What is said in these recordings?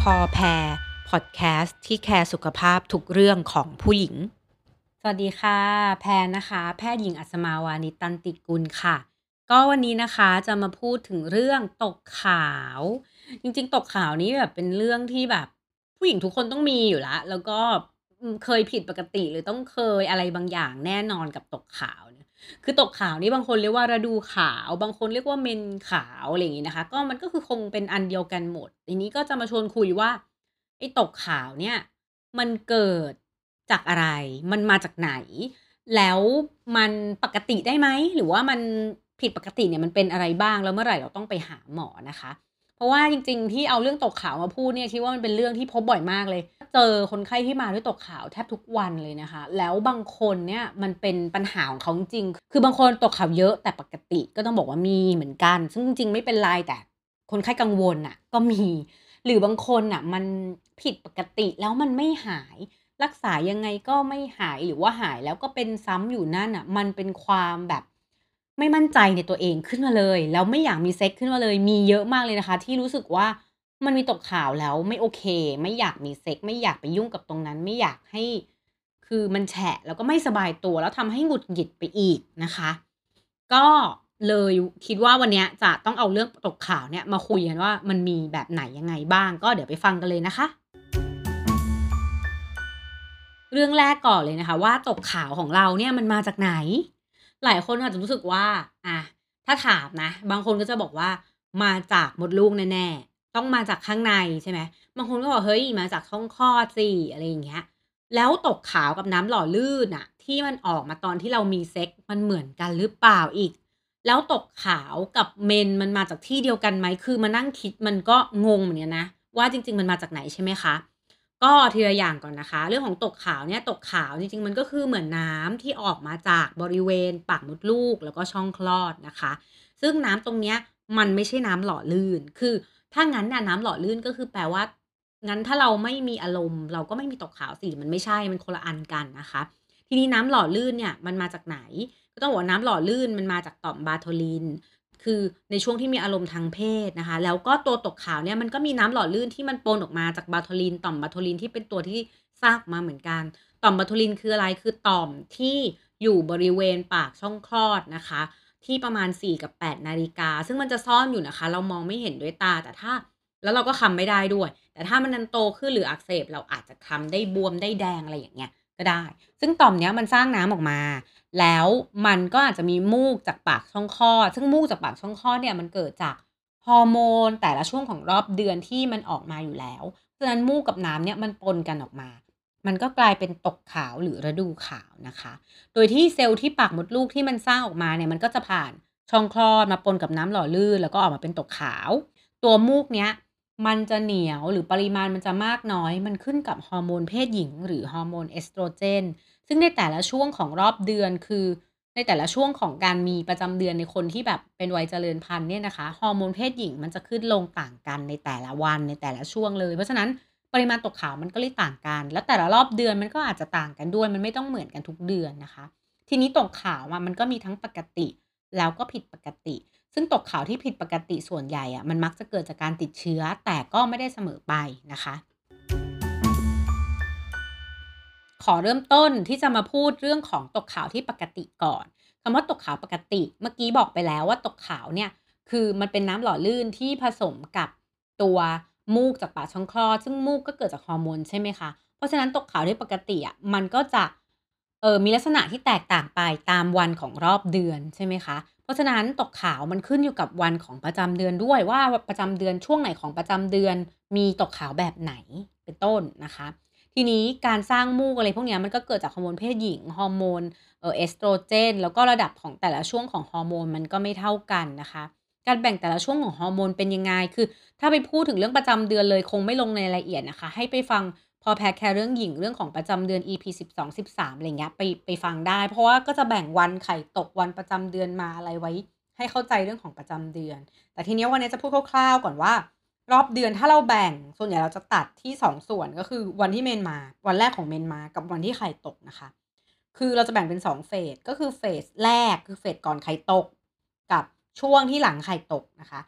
พอแพรพอดแคสต์ที่แคร์สุขภาพทุกเรื่องของผู้หญิงสวัสดีค่ะแพรนะคะแพทย์หญิงอัศมาวานิชตันติกุลค่ะก็วันนี้นะคะจะมาพูดถึงเรื่องตกขาวจริงๆตกขาวนี้แบบเป็นเรื่องที่แบบผู้หญิงทุกคนต้องมีอยู่แล้วก็เคยผิดปกติหรือต้องเคยอะไรบางอย่างแน่นอนกับตกขาวเนี่ย คือตกขาวนี่บางคนเรียกว่าฤดูขาวบางคนเรียกว่าเมนขาวอะไรอย่างงี้นะคะก็มันก็คือคงเป็นอันเดียวกันหมดทีนี้ก็จะมาชวนคุยว่าไอ้ตกขาวเนี่ยมันเกิดจากอะไรมันมาจากไหนแล้วมันปกติได้ไหมหรือว่ามันผิดปกติเนี่ยมันเป็นอะไรบ้างแล้วเมื่อไหร่เราต้องไปหาหมอนะคะเพราะว่าจริงๆที่เอาเรื่องตกขาวมาพูดเนี่ยคิดว่ามันเป็นเรื่องที่พบบ่อยมากเลย เจอคนไข้ที่มาด้วยตกขาวแทบทุกวันเลยนะคะแล้วบางคนเนี่ยมันเป็นปัญหาของเขาจริงๆคือบางคนตกขาวเยอะแต่ปกติก็ต้องบอกว่ามีเหมือนกันซึ่งจริงๆไม่เป็นไรแต่คนไข้กังวลน่ะก็มีหรือบางคนน่ะมันผิดปกติแล้วมันไม่หายรักษายังไงก็ไม่หายหรือว่าหายแล้วก็เป็นซ้ำอยู่นั่นน่ะมันเป็นความแบบไม่มั่นใจในตัวเองขึ้นมาเลยแล้วไม่อยากมีเซ็กซ์ขึ้นมาเลยมีเยอะมากเลยนะคะที่รู้สึกว่า มันมีตกข่าวแล้วไม่โอเคไม่อยากมีเซ็กไม่อยากไปยุ่งกับตรงนั้นไม่อยากให้คือมันแฉะแล้วก็ไม่สบายตัวแล้วทำให้หงุดหงิดไปอีกนะคะก็เลยคิดว่าวันเนี้ยจะต้องเอาเรื่องตกข่าวเนี่ยมาคุยกันว่ามันมีแบบไหนยังไงบ้างก็เดี๋ยวไปฟังกันเลยนะคะ เรื่องแรกก่อนเลยนะคะว่าตกขาวของเราเนี่ยมันมาจากไหนหลายคนอาจจะรู้สึกว่าอะถ้าถามนะบางคนก็จะบอกว่ามาจากมดลูกแน่ๆต้องมาจากข้างในใช่ไหมบางคนก็บอกเฮ้ยมาจากช่องคลอดสิอะไรอย่างเงี้ยแล้วตกขาวกับน้ำหล่อลื่นน่ะที่มันออกมาตอนที่เรามีเซ็กมันเหมือนกันหรือเปล่าอีกแล้วตกขาวกับเมนมันมาจากที่เดียวกันไหมคือมานั่งคิดมันก็งงเหมือนกันนะว่าจริงๆมันมาจากไหนใช่ไหมคะ ก็ทีละอย่างก่อนนะคะเรื่องของตกขาวเนี่ยตกขาวจริงๆมันก็คือเหมือนน้ำที่ออกมาจากบริเวณปากมดลูกแล้วก็ช่องคลอดนะคะซึ่งน้ำตรงเนี้ยมันไม่ใช่น้ำหล่อลื่นคือถ้างั้นน่ะน้ำหล่อลื่นก็คือแปลว่างั้นถ้าเราไม่มีอารมณ์เราก็ไม่มีตกขาวสิมันไม่ใช่มันคนละอันกันนะคะทีนี้น้ำหล่อลื่นเนี่ยมันมาจากไหนก็ต้องบอกว่าน้ำหล่อลื่นมันมาจากต่อม Bartholin คือในช่วงที่มีอารมณ์ทางเพศนะคะแล้วก็ตัวตกขาวเนี่ยมันก็มีน้ำหล่อลื่นที่มันปนออกมาจากบาโทลินต่อมบาโทลินที่เป็นตัวที่สร้างออกมาเหมือนกันต่อมบาโทลินคืออะไรคือต่อมที่อยู่บริเวณปากช่องคลอดนะคะที่ประมาณ4กับ8นาฬิกาซึ่งมันจะซ่อนอยู่นะคะเรามองไม่เห็นด้วยตาแต่ถ้าแล้วเราก็คำไม่ได้ด้วยแต่ถ้ามันนั้นโตขึ้นหรืออักเสบเราอาจจะคำได้บวมได้แดงอะไรอย่างเงี้ยก็ได้ซึ่งต่อมเนี้ยมันสร้างน้ำออกมา แล้วมันก็อาจจะมีมูกจากปากช่องคลอดซึ่งมูกจากปากช่องคลอดเนี่ยมันเกิดจากฮอร์โมนแต่ละช่วงของรอบเดือนที่มันออกมาอยู่แล้วเพราะฉะนั้นมูกกับน้ำเนี่ยมันปนกันออกมามันก็กลายเป็นตกขาวหรือฤดูขาวนะคะโดยที่เซลล์ที่ปากมดลูกที่มันสร้างออกมาเนี่ยมันก็จะผ่านช่องคลอดมาปนกับน้ำหล่อลื่นแล้วก็ออกมาเป็นตกขาวตัวมูกเนี้ยมันจะเหนียวหรือปริมาณมันจะมากน้อยมันขึ้นกับฮอร์โมนเพศหญิงหรือฮอร์โมนเอสโตรเจน ซึ่งในแต่ละช่วงของรอบเดือนคือในแต่ละช่วงของการมีประจำเดือนในคนที่แบบเป็นวัยเจริญพันธุ์เนี่ยนะคะฮอร์โมนเพศหญิงมันจะขึ้นลงต่างกันในแต่ละวันในแต่ละช่วงเลยเพราะฉะนั้นปริมาณตกขาวมันก็เลยต่างกันแล้วแต่ละรอบเดือนมันก็อาจจะต่างกันด้วยมันไม่ต้องเหมือนกันทุกเดือนนะคะทีนี้ตกขาวอะมันก็มีทั้งปกติแล้วก็ผิดปกติซึ่งตกขาวที่ผิดปกติส่วนใหญ่อะมันมักจะเกิดจากการติดเชื้อแต่ก็ไม่ได้เสมอไปนะคะ ขอเริ่มต้นที่จะมาพูดเรื่องของตกขาวที่ปกติก่อนคำว่าตกขาวปกติเมื่อกี้บอกไปแล้วว่าตกขาวเนี่ยคือมันเป็นน้ำหล่อลื่นที่ผสมกับตัวมูกจากปากช่องคลอดซึ่งมูกก็เกิดจากฮอร์โมนใช่ไหมคะเพราะฉะนั้นตกขาวที่ปกติอะมันก็จะมีลักษณะที่แตกต่างไปตามวันของรอบเดือนใช่ไหมคะเพราะฉะนั้นตกขาวมันขึ้นอยู่กับวันของประจำเดือนด้วยว่าประจำเดือนช่วงไหนของประจำเดือนมีตกขาวแบบไหนเป็นต้นนะคะ ทีนี้การสร้างมูกอะไรพวกเนี้ยมันก็เกิดจากฮอร์โมนเพศหญิงฮอร์โมนเอสโตรเจนแล้วก็ระดับของแต่ละช่วงของฮอร์โมนมันก็ไม่เท่ากันนะคะการแบ่งแต่ละช่วงของฮอร์โมนเป็นยังไงคือถ้าไปพูดถึงเรื่องประจำเดือนเลยคงไม่ลงในรายละเอียดนะคะให้ไปฟังพอแพทย์แคร์เรื่องหญิงเรื่องของประจำเดือน EP 12 13อะไรเงี้ยไปฟังได้เพราะว่าก็จะแบ่งวันไข่ตกวันประจำเดือนมาอะไรไว้ให้เข้าใจเรื่องของประจำเดือนแต่ทีเนี้ยวันนี้จะพูดคร่าวๆก่อนว่า รอบเดือนถ้าเราแบ่งส่วนใหญ่เราจะตัดที่2ส่วนก็คือวันที่เมนมาวันแรกของเมนมากับวันที่ไข่ตกนะคะคือเราจะแบ่งเป็น2เฟสก็คือเฟสแรกคือเฟสก่อนไข่ตกกับช่วงที่หลังไข่ตกนะคะ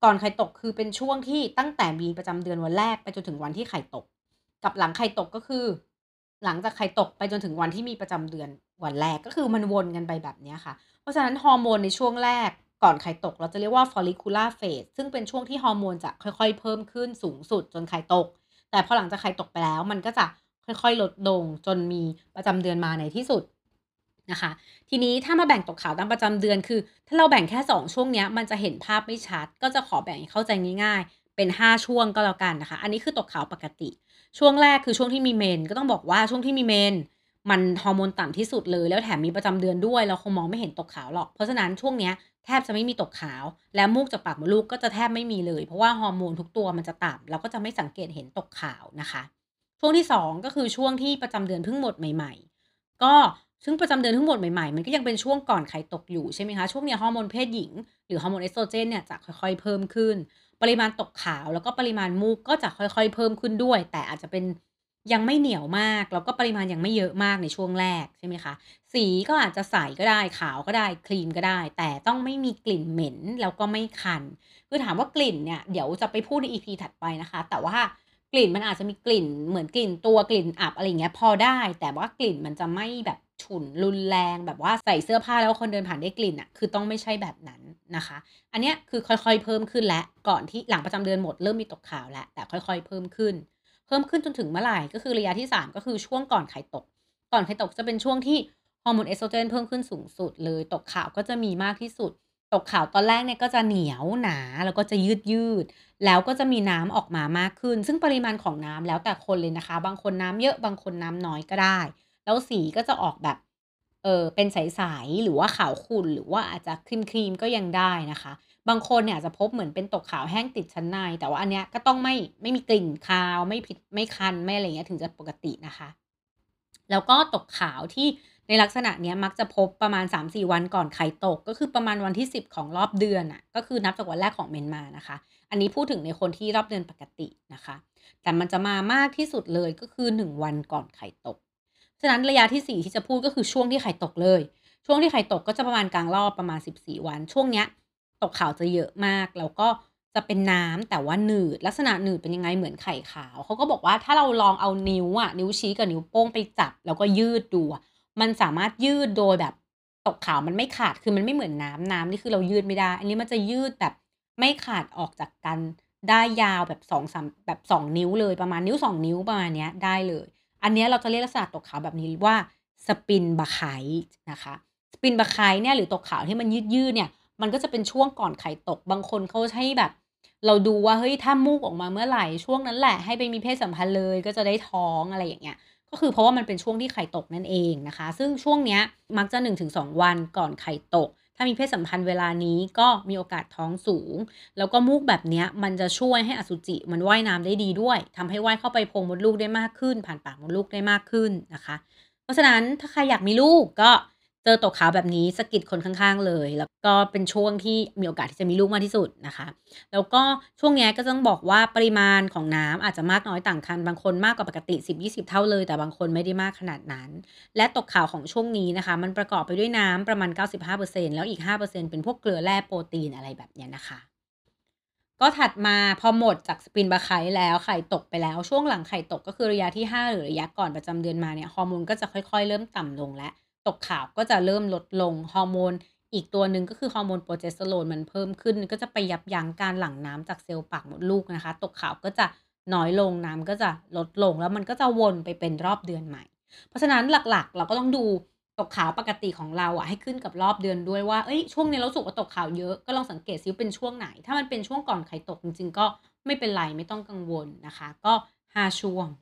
ก่อนไข่ตกคือเป็นช่วงที่ตั้งแต่มีประจำเดือนวันแรกไปจนถึงวันที่ไข่ตกกับหลังไข่ตกก็คือหลังจากไข่ตกไปจนถึงวันที่มีประจำเดือนวันแรกก็คือมันวนกันไปแบบเนี้ยค่ะเพราะฉะนั้นฮอร์โมนในช่วงแรกก่อนไข่ตกเราจะเรียกว่า follicular phase ซึ่งเป็นช่วงที่ฮอร์โมนจะค่อยๆเพิ่มขึ้นสูงสุดจนไข่ตกแต่พอหลังจากไข่ตกไปแล้วมันก็จะค่อยๆลดลงจนมีประจำเดือนมาในที่สุดนะคะทีนี้ถ้ามาแบ่งตกขาวตามประจำเดือนคือถ้าเราแบ่งแค่2ช่วงเนี้ยมันจะเห็นภาพไม่ชัดก็จะขอแบ่งให้เข้าใจง่ายๆเป็น5ช่วงก็แล้วกันนะคะอันนี้คือตกขาวปกติช่วงแรกคือช่วงที่มีเมนก็ต้องบอกว่าช่วงที่มีเมนมันฮอร์โมนต่ำที่สุดเลยแล้วแถมมีประจำเดือนด้วยเราคงมองไม่เห็นตกขาวหรอกเพราะฉะนั้นช่วงเนี้ยแทบจะไม่มีตกขาวและมูกจากปากมดลูกก็จะแทบไม่มีเลยเพราะว่าฮอร์โมนทุกตัวมันจะต่ำเราก็จะไม่สังเกตเห็นตกขาวนะคะช่วงที่2ก็คือช่วงที่ประจำเดือนเพิ่งหมดใหม่ๆ ก็ซึ่งประจำเดือนทั้งหมดใหม่ๆมันก็ยังเป็นช่วงก่อนไข่ตกอยู่ใช่ไหมคะช่วงเนี้ยฮอร์โมนเพศหญิงหรือฮอร์โมนเอสโตรเจนเนี่ยจะค่อยๆเพิ่มขึ้นปริมาณตกขาวแล้วก็ปริมาณมูกก็จะค่อยๆเพิ่มขึ้นด้วยแต่อาจจะเป็นยังไม่เหนียวมากแล้วก็ปริมาณยังไม่เยอะมากในช่วงแรกใช่ไหมคะสีก็อาจจะใสก็ได้ขาวก็ได้ครีมก็ได้แต่ต้องไม่มีกลิ่นเหม็นแล้วก็ไม่คันคือถามว่ากลิ่นเนี่ยเดี๋ยวจะไปพูดใน EP ถัดไปนะคะแต่ว่า กลิ่นมันอาจจะมีกลิ่นเหมือนกลิ่นตัวกลิ่นอับอะไรอย่างเงี้ยพอได้แต่ว่ากลิ่นมันจะไม่แบบฉุนรุนแรงแบบว่าใส่เสื้อผ้าแล้วคนเดินผ่านได้กลิ่นอะคือต้องไม่ใช่แบบนั้นนะคะอันเนี้ยคือค่อยๆเพิ่มขึ้นแล้วก่อนที่หลังประจำเดือนหมดเริ่มมีตกขาวแล้วแต่ค่อยๆเพิ่มขึ้นจนถึงเมื่อไรก็คือระยะที่3ก็คือช่วงก่อนไข่ตกก่อนไข่ตกจะเป็นช่วงที่ฮอร์โมนเอสโตรเจนเพิ่มขึ้นสูงสุดเลยตกขาวก็จะมีมากที่สุดตกขาวตอนแรกเนี่ยก็จะเหนียวหนาแล้วก็จะยืดๆ แล้วก็จะมีน้ำออกมามากขึ้น ซึ่งปริมาณของน้ำแล้วแต่คนเลยนะคะ บางคนน้ำเยอะ บางคนน้ำน้อยก็ได้ แล้วสีก็จะออกแบบเป็นใสๆหรือว่าขาวขุ่นหรือว่าอาจจะครีมๆก็ยังได้นะคะ บางคนเนี่ยอาจจะพบเหมือนเป็นตกขาวแห้งติดชั้นใน แต่ว่าอันเนี้ยก็ต้องไม่มีกลิ่นคาวไม่ผิดไม่คันไม่อะไรอย่างเงี้ยถึงจะปกตินะคะ แล้วก็ตกขาวที่ในลักษณะเนี้ยมักจะพบประมาณ3-4วันก่อนไข่ตกก็คือประมาณวันที่10ของรอบเดือนน่ะก็คือนับจากวันแรกของเมนมานะคะอันนี้พูดถึงในคนที่รอบเดือนปกตินะคะแต่มันจะมามากที่สุดเลยก็คือ1วันก่อนไข่ตกฉะนั้นระยะที่4ที่จะพูดก็คือช่วงที่ไข่ตกเลยช่วงที่ไข่ตกก็จะประมาณกลางรอบประมาณ14วันช่วงเนี้ยตกขาวจะเยอะมากแล้วก็จะเป็นน้ำแต่ว่าหนืดลักษณะหนืดเป็นยังไงเหมือนไข่ขาวเขาก็บอกว่าถ้าเราลองเอานิ้วชี้กับนิ้วโป้งไปจับแล้วก็ยืดดูอะ มันสามารถยืดโดยแบบตกขาวมันไม่ขาดคือมันไม่เหมือนน้ำนี่คือเรายืดไม่ได้อันนี้มันจะยืดแบบไม่ขาดออกจากกันได้ยาวแบบ2-3แบบ2นิ้วเลยประมาณนิ้ว2นิ้วประมาณเนี้ยได้เลยอันเนี้ยเราจะเรียกลักษณะตกขาวแบบนี้ว่า Spin Bacchite นะคะ Spin Bacchite เนี่ยหรือตกขาวที่มันยืดๆเนี่ยมันก็จะเป็นช่วงก่อนไข่ตกบางคนเขาให้แบบเราดูว่าเฮ้ยถ้ามูกออกมาเมื่อไหร่ช่วงนั้นแหละให้ไปมีเพศสัมพันธ์เลยก็จะได้ท้องอะไรอย่างเงี้ย ก็คือเพราะว่ามันเป็นช่วงที่ไข่ตกนั่นเองนะคะซึ่งช่วงเนี้ยมักจะ1-2วันก่อนไข่ตกถ้ามีเพศสัมพันธ์เวลานี้ก็มีโอกาสท้องสูงแล้วก็มูกแบบเนี้ยมันจะช่วยให้อสุจิมันว่ายน้ำได้ดีด้วยทำให้ว่ายเข้าไปโพรงมดลูกได้มากขึ้นผ่านปากมดลูกได้มากขึ้นนะคะเพราะฉะนั้นถ้าใครอยากมีลูกก็เจอตกขาวแบบนี้สะกิดคนข้างๆเลยแล้วก็เป็นช่วงที่มีโอกาสที่จะมีลูกมากที่สุดนะคะ แล้วก็ช่วงเนี้ยก็ต้องบอกว่าปริมาณของน้ำอาจจะมากน้อยต่างกันบางคนมากกว่าปกติ10-20เท่าเลยแต่บางคนไม่ได้มากขนาดนั้นและตกขาวของช่วงนี้นะคะมันประกอบไปด้วยน้ำประมาณ95%แล้วอีก5%เป็นพวกเกลือแร่โปรตีนอะไรแบบเนี้ยนะคะก็ถัดมาพอหมดจาก Spin Bacchite แล้วไข่ตกไปแล้วช่วงหลังไข่ตกก็คือระยะที่5หรือระยะก่อนประจำเดือนมาเนี่ยฮอร์โมนก็จะค่อยๆเริ่มต่ำลงแล้วตกขาวก็จะเริ่มลดลงฮอร์โมน อีกตัวหนึ่งก็คือฮอร์โมนโปรเจสเตอโรนมันเพิ่มขึ้นก็จะไปยับยั้งการหลั่งน้ำจากเซลล์ปากมดลูกนะคะตกขาวก็จะน้อยลงน้ำก็จะลดลงแล้วมันก็จะวนไปเป็นรอบเดือนใหม่เพราะฉะนั้นหลักๆเราก็ต้องดูตกขาวปกติของเราอะให้ขึ้นกับรอบเดือนด้วยว่าเอ้ยช่วงนี้เรารู้สึกว่าตกขาวเยอะก็ลองสังเกตซิว่าเป็นช่วงไหนถ้ามันเป็นช่วงก่อนไข่ตกจริงๆก็ไม่เป็นไรไม่ต้องกังวลนะคะก็5ช่วง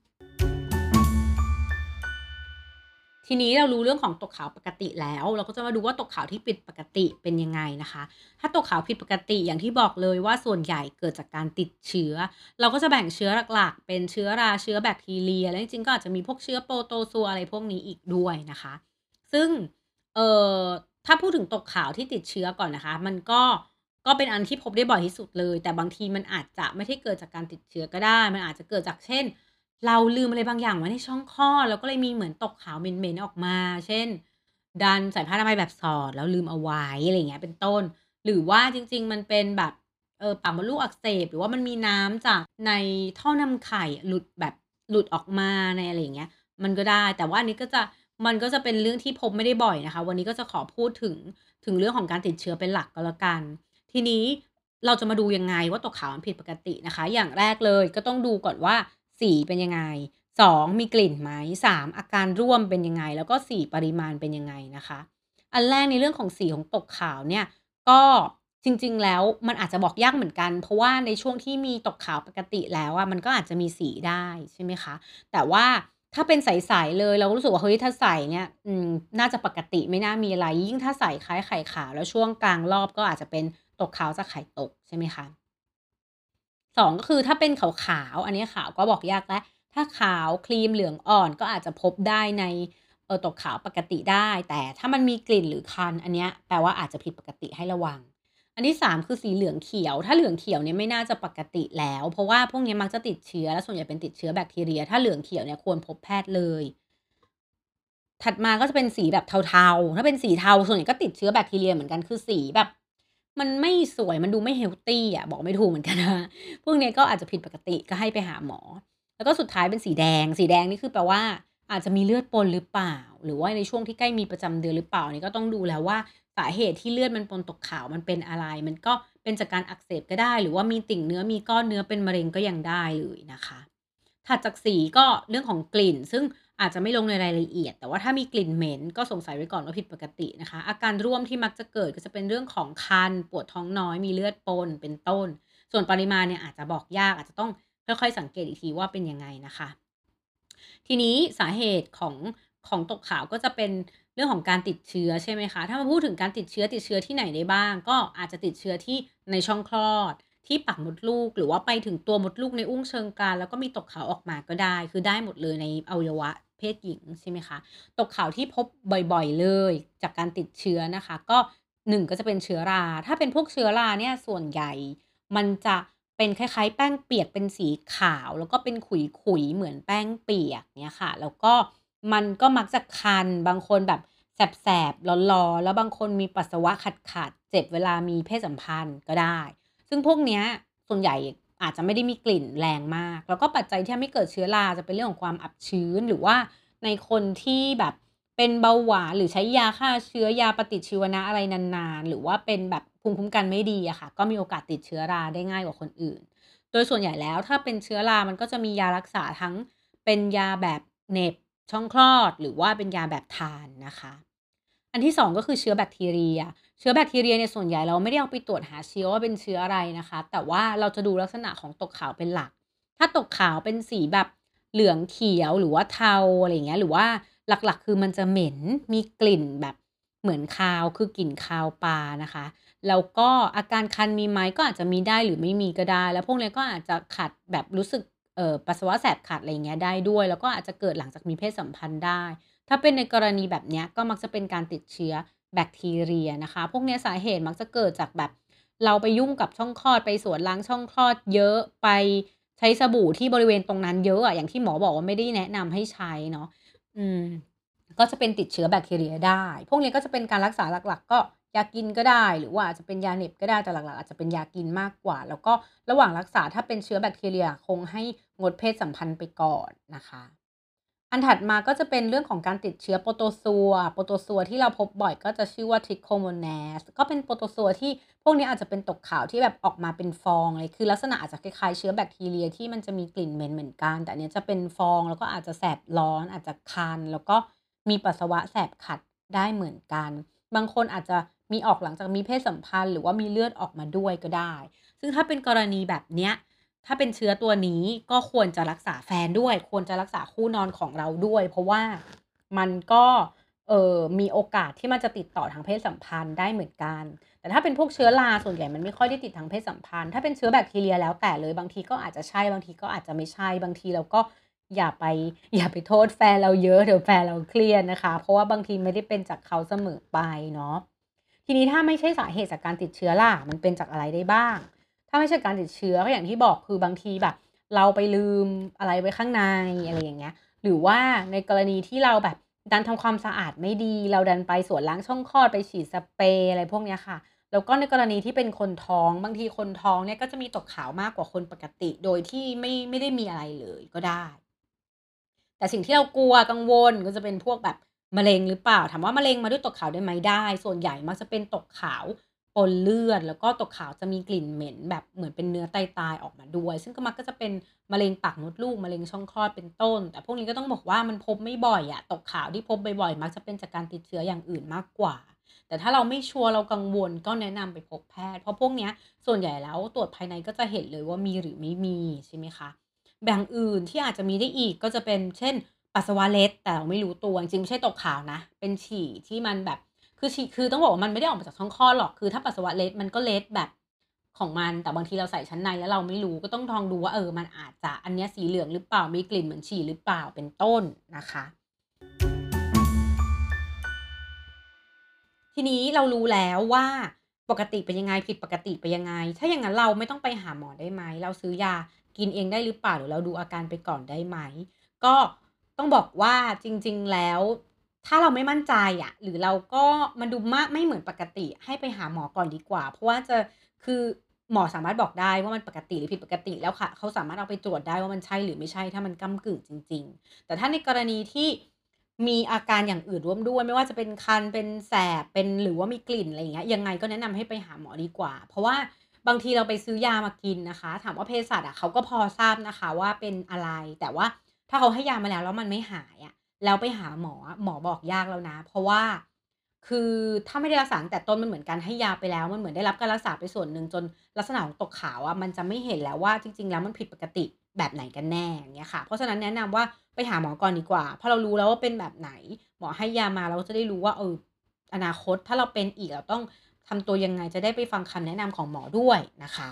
ทีนี้เรารู้เรื่องของตกขาวปกติแล้วเราก็จะมาดูว่าตกขาวที่ผิดปกติเป็นยังไงนะคะถ้าตกขาวผิดปกติอย่างที่บอกเลยว่าส่วนใหญ่เกิดจากการติดเชื้อเราก็จะแบ่งเชื้อหลักๆเป็นเชื้อราเชื้อแบคทีเรียแล้วจริงๆก็อาจจะมีพวกเชื้อโปรโตซัวอะไรพวกนี้อีกด้วยนะคะซึ่งเอ่อถ้าพูดถึงตกขาวที่ติดเชื้อก่อนนะคะมันก็เป็นอันที่พบได้บ่อยที่สุดเลยแต่บางทีมันอาจจะไม่ได้เกิดจากการติดเชื้อก็ได้มันอาจจะเกิดจากเช่น เราลืมอะไรบางอย่างไว้ในช่องคลอดแล้วก็เลยมีเหมือนตกขาวเหม็นๆออกมาเช่นดันใส่ผ้าอนามัยแบบสอดแล้วลืมเอาไว้อะไรอย่างเงี้ยเป็นต้นหรือว่าจริงๆมันเป็นแบบปากมดลูกอักเสบหรือว่ามันมีน้ำจากในท่อนำไข่หลุดออกมาในอะไรอย่างเงี้ยมันก็ได้แต่ว่าอันนี้มันก็จะเป็นเรื่องที่พบไม่ได้บ่อยนะคะวันนี้ก็จะขอพูดถึงเรื่องของการติดเชื้อเป็นหลักก็แล้วกันทีนี้เราจะมาดูยังไงว่าตกขาวมันผิดปกตินะคะอย่างแรกเลยก็ต้องดูก่อนว่าสีเป็นยังไง2มีกลิ่นไหม3อาการร่วมเป็นยังไงแล้วก็4ปริมาณเป็นยังไงนะคะ อันแรกในเรื่องของสีของตกขาวเนี่ยก็จริงๆแล้วมันอาจจะบอกยากเหมือนกันเพราะว่าในช่วงที่มีตกขาวปกติแล้วอะมันก็อาจจะมีสีได้ใช่ไหมคะแต่ว่าถ้าเป็นใสๆเลยเราก็รู้สึกว่าเฮ้ยถ้าใสเนี่ยน่าจะปกติไม่น่ามีอะไรยิ่งถ้าใสคล้ายไข่ขาวแล้วช่วงกลางรอบก็อาจจะเป็นตกขาวจากไข่ตกใช่ไหมคะ 2ก็คือถ้าเป็นขาวๆอันนี้ขาวก็บอกยากแล้วถ้าขาวครีมเหลืองอ่อนก็อาจจะพบได้ในตกขาวปกติได้แต่ถ้ามันมีกลิ่นหรือคันอันเนี้ยแปลว่าอาจจะผิดปกติให้ระวังอันที่3คือสีเหลืองเขียวถ้าเหลืองเขียวเนี่ยไม่น่าจะปกติแล้วเพราะว่าพวกเนี้ยมักจะติดเชื้อและส่วนใหญ่เป็นติดเชื้อแบคทีเรียถ้าเหลืองเขียวเนี่ยควรพบแพทย์เลย ถัดมาก็จะเป็นสีแบบเทาๆถ้าเป็นสีเทาส่วนใหญ่ก็ติดเชื้อแบคทีเรียเหมือนกันคือสีแบบมันไม่สวยมันดูไม่เฮลทีอะบอกไม่ถูกเหมือนกันนะคะพวกเนี้ยก็อาจจะผิดปกติก็ให้ไปหาหมอแล้วก็สุดท้ายเป็นสีแดงสีแดงนี่คือแปลว่าอาจจะมีเลือดปนหรือเปล่าหรือว่าในช่วงที่ใกล้มีประจำเดือนหรือเปล่าอันนี้ก็ต้องดูแล้วว่าสาเหตุที่เลือดมันปนตกขาวมันเป็นอะไรมันก็เป็นจากการอักเสบก็ได้หรือว่ามีติ่งเนื้อมีก้อนเนื้อเป็นมะเร็งก็ยังได้เลยนะคะ ถัดจากสีก็เรื่องของกลิ่นซึ่งอาจจะไม่ลงในรายละเอียดแต่ว่าถ้ามีกลิ่นเหม็นก็สงสัยไว้ก่อนว่าผิดปกตินะคะอาการร่วมที่มักจะเกิดก็จะเป็นเรื่องของคันปวดท้องน้อยมีเลือดปนเป็นต้นส่วนปริมาณเนี่ยอาจจะบอกยากอาจจะต้องค่อยๆสังเกตอีกทีว่าเป็นยังไงนะคะทีนี้สาเหตุของตกขาวก็จะเป็นเรื่องของการติดเชื้อใช่ไหมคะถ้ามาพูดถึงการติดเชื้อที่ไหนได้บ้างก็อาจจะติดเชื้อที่ในช่องคลอด ที่ปากมดลูกหรือว่าไปถึงตัวมดลูกในอุ้งเชิงกรานแล้วก็มีตกขาวออกมาก็ได้คือได้หมดเลยในอวัยวะเพศหญิงใช่ไหมคะตกขาวที่พบบ่อยๆเลยจากการติดเชื้อนะคะก็1ก็จะเป็นเชื้อราถ้าเป็นพวกเชื้อราเนี่ยส่วนใหญ่มันจะเป็นคล้ายๆแป้งเปียกเป็นสีขาวแล้วก็เป็นขุยๆเหมือนแป้งเปียกเนี่ยค่ะแล้วก็มันก็มักจะคันบางคนแบบแสบๆร้อนๆแล้วบางคนมีปัสสาวะขัดๆเจ็บเวลามีเพศสัมพันธ์ก็ได้ ซึ่งพวกเนี้ยส่วนใหญ่อาจจะไม่ได้มีกลิ่นแรงมากแล้วก็ปัจจัยที่ทำให้เกิดเชื้อราจะเป็นเรื่องของความอับชื้นหรือว่าในคนที่แบบเป็นเบาหวานหรือใช้ยาฆ่าเชื้อยาปฏิชีวนะอะไรนานๆหรือว่าเป็นแบบภูมิคุ้มกันไม่ดีอะค่ะก็มีโอกาสติดเชื้อราได้ง่ายกว่าคนอื่นโดยส่วนใหญ่แล้วถ้าเป็นเชื้อรามันก็จะมียารักษาทั้งเป็นยาแบบเหน็บช่องคลอดหรือว่าเป็นยาแบบทานนะคะ อันที่2ก็คือเชื้อแบคทีเรียเชื้อแบคทีเรียเนี่ยส่วนใหญ่เราไม่ได้เอาไปตรวจหาเชื้อว่าเป็นเชื้ออะไรนะคะแต่ว่าเราจะดูลักษณะของตกขาวเป็นหลักถ้าตกขาวเป็นสีแบบเหลืองเขียวหรือว่าเทาอะไรอย่างเงี้ยหรือว่าหลักๆคือมันจะเหม็นมีกลิ่นแบบเหมือนคาวคือกลิ่นคาวปลานะคะแล้วก็อาการคันมีไหมก็อาจจะมีได้หรือไม่มีก็ได้แล้วพวกเนี้ยก็อาจจะขัดแบบรู้สึกปัสสาวะแสบขัดอะไรอย่างเงี้ยได้ด้วยแล้วก็อาจจะเกิดหลังจากมีเพศสัมพันธ์ได้ ถ้าเป็นในกรณีแบบเนี้ยก็มักจะเป็นการติดเชื้อแบคทีเรียนะคะพวกเนี้ยสาเหตุมักจะเกิดจากแบบเราไปยุ่งกับช่องคลอดไปสวนล้างช่องคลอดเยอะไปใช้สบู่ที่บริเวณตรงนั้นเยอะอะอย่างที่หมอบอกว่าไม่ได้แนะนำให้ใช้เนาะอืมก็จะเป็นติดเชื้อแบคทีเรียได้พวกนี้ก็จะเป็นการรักษาหลักๆก็ยากินก็ได้หรือว่าอาจจะเป็นยาเหน็บก็ได้แต่หลักๆอาจจะเป็นยากินมากกว่าแล้วก็ระหว่างรักษาถ้าเป็นเชื้อแบคทีเรียคงให้งดเพศสัมพันธ์ไปก่อนนะคะ อันถัดมาก็จะเป็นเรื่องของการติดเชื้อโปรโตซัวที่เราพบบ่อยก็จะชื่อว่า Trichomonas ก็เป็นโปรโตซัวที่พวกนี้อาจจะเป็นตกขาวที่แบบออกมาเป็นฟองเลยคือลักษณะอาจจะคล้ายๆเชื้อแบคทีเรียที่มันจะมีกลิ่นเหม็นเหมือนกันแต่อันเนี้ยจะเป็นฟองแล้วก็อาจจะแสบร้อนอาจจะคันแล้วก็มีปัสสาวะแสบขัดได้เหมือนกันบางคนอาจจะมีออกหลังจากมีเพศสัมพันธ์หรือว่ามีเลือดออกมาด้วยก็ได้ซึ่งถ้าเป็นกรณีแบบเนี้ย ถ้าเป็นเชื้อตัวนี้ก็ควรจะรักษาแฟนด้วยควรจะรักษาคู่นอนของเราด้วยเพราะว่ามันก็มีโอกาสที่มันจะติดต่อทางเพศสัมพันธ์ได้เหมือนกันแต่ถ้าเป็นพวกเชื้อราส่วนใหญ่มันไม่ค่อยได้ติดทางเพศสัมพันธ์ถ้าเป็นเชื้อแบคทีเรียแล้วแต่เลยบางทีก็อาจจะใช่บางทีก็อาจจะไม่ใช่บางทีเราก็อย่าไปอย่าไปโทษแฟนเราเยอะเดี๋ยวแฟนเราเครียดนะคะเพราะว่าบางทีไม่ได้เป็นจากเขาเสมอไปเนาะทีนี้ถ้าไม่ใช่สาเหตุจากการติดเชื้อล่ะมันเป็นจากอะไรได้บ้าง ถ้าไม่ใช่การติดเชื้อก็อย่างที่บอกคือบางทีแบบเราไปลืมอะไรไว้ข้างในอะไรอย่างเงี้ยหรือว่าในกรณีที่เราแบบดันทำความสะอาดไม่ดีเราดันไปสวนล้างช่องคลอดไปฉีดสเปรย์อะไรพวกเนี้ยค่ะแล้วก็ในกรณีที่เป็นคนท้องบางทีคนท้องเนี่ยก็จะมีตกขาวมากกว่าคนปกติโดยที่ไม่ได้มีอะไรเลยก็ได้ แต่สิ่งที่เรากลัวกังวลก็จะเป็นพวกแบบมะเร็งหรือเปล่าถามว่ามะเร็งมาด้วยตกขาวได้ไหมได้ส่วนใหญ่มักจะเป็นตกขาวปนเลือดแล้วก็ตกขาวจะมีกลิ่นเหม็นแบบเหมือนเป็นเนื้อตายๆออกมาด้วยซึ่งก็มักจะเป็นมะเร็งปากมดลูกมะเร็งช่องคลอดเป็นต้นแต่พวกนี้ก็ต้องบอกว่ามันพบไม่บ่อยอะตกขาวที่พบบ่อยๆมักจะเป็นจากการติดเชื้ออย่างอื่นมากกว่าแต่ถ้าเราไม่ชัวร์เรากังวลก็แนะนำไปพบแพทย์เพราะพวกเนี้ยส่วนใหญ่แล้วตรวจภายในก็จะเห็นเลยว่ามีหรือไม่มีใช่ไหมคะ อย่างอื่นที่อาจจะมีได้อีกก็จะเป็นเช่นปัสสาวะเล็ดแต่เราไม่รู้ตัวจริงๆไม่ใช่ตกขาวนะเป็นฉี่ที่มันแบบคือฉี่คือต้องบอกว่ามันไม่ได้ออกมาจากช่องคลอดหรอกคือถ้าปัสสาวะเล็ดมันก็เล็ดแบบของมันแต่บางทีเราใส่ชั้นในแล้วเราไม่รู้ก็ต้องลองดูว่ามันอาจจะอันเนี้ยสีเหลืองหรือเปล่ามีกลิ่นเหมือนฉี่หรือเปล่าเป็นต้นนะคะ ทีนี้เรารู้แล้วว่าปกติเป็นยังไงผิดปกติเป็นยังไงถ้าอย่างงั้นเราไม่ต้องไปหาหมอได้ไหมเราซื้อยากินเองได้หรือเปล่าหรือเราดูอาการไปก่อนได้ไหมก็ต้องบอกว่าจริงๆแล้วถ้าเราไม่มั่นใจอะหรือเราก็มันดูไม่เหมือนปกติให้ไปหาหมอก่อนดีกว่าเพราะว่าคือหมอสามารถบอกได้ว่ามันปกติหรือผิดปกติแล้วค่ะเขาสามารถเอาไปตรวจได้ว่ามันใช่หรือไม่ใช่ถ้ามันก้ำกึ่งจริงๆแต่ถ้าในกรณีที่ มีอาการอย่างอื่นร่วมด้วยไม่ว่าจะเป็นคันเป็นแสบเป็นหรือว่ามีกลิ่นอะไรอย่างเงี้ยยังไงก็แนะนำให้ไปหาหมอดีกว่าเพราะว่าบางทีเราไปซื้อยามากินนะคะถามว่าเภสัชอะเขาก็พอทราบนะคะว่าเป็นอะไรแต่ว่าถ้าเขาให้ยามาแล้วมันไม่หายอะแล้วไปหาหมออะหมอบอกยากแล้วนะเพราะว่าคือถ้าไม่ได้รักษาตั้งแต่ต้นมันเหมือนการให้ยาไปแล้วมันเหมือนได้รับการรักษาไปส่วนหนึ่งจนลักษณะของตกขาวอะมันจะไม่เห็นแล้วว่าจริงๆแล้วมันผิดปกติแบบไหนกันแน่อย่างเงี้ยค่ะเพราะฉะนั้นแนะนำว่า ไปหาหมอก่อนดีกว่าเพราะเรารู้แล้วว่าเป็นแบบไหนหมอให้ยามาเราก็จะได้รู้ว่าอนาคตถ้าเราเป็นอีกเราต้องทำตัวยังไงจะได้ไปฟังคำแนะนำของหมอด้วยนะคะ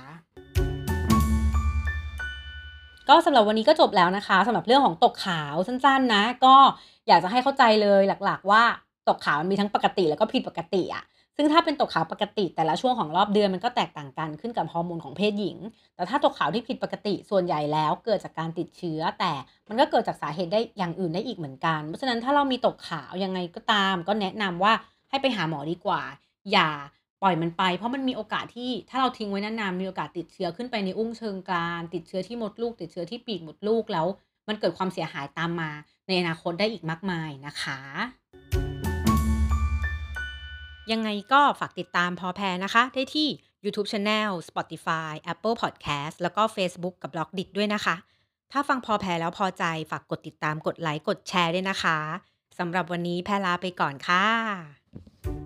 ก็สำหรับวันนี้ก็จบแล้วนะคะสำหรับเรื่องของตกขาวสั้นๆนะก็อยากจะให้เข้าใจเลยหลักๆว่าตกขาวมันมีทั้งปกติแล้วก็ผิดปกติอะซึ่งถ้าเป็นตกขาวปกติแต่ละช่วงของรอบเดือนมันก็แตกต่างกันขึ้นกับฮอร์โมนของเพศหญิง แต่ถ้าตกขาวที่ผิดปกติส่วนใหญ่แล้วเกิดจากการติดเชื้อแต่มันก็เกิดจากสาเหตุได้อย่างอื่นได้อีกเหมือนกันเพราะฉะนั้นถ้าเรามีตกขาวยังไงก็ตามก็แนะนำว่าให้ไปหาหมอดีกว่าอย่าปล่อยมันไปเพราะมันมีโอกาสที่ถ้าเราทิ้งไว้นานๆมีโอกาสติดเชื้อขึ้นไปในอุ้งเชิงกรานติดเชื้อที่มดลูกติดเชื้อที่ปีกมดลูกแล้วมันเกิดความเสียหายตามมาในอนาคตได้อีกมากมายนะคะยังไงก็ฝากติดตามพอแพรนะคะได้ที่ YouTube Channel Spotify Apple Podcast แล้วก็ Facebook กับ b ล็อกดิด้วยนะคะ ถ้าฟังพอแพรแล้วพอใจฝากกดติดตามกดไลค์กดแชร์ด้วยนะคะ สำหรับวันนี้แพรลาไปก่อนค่ะ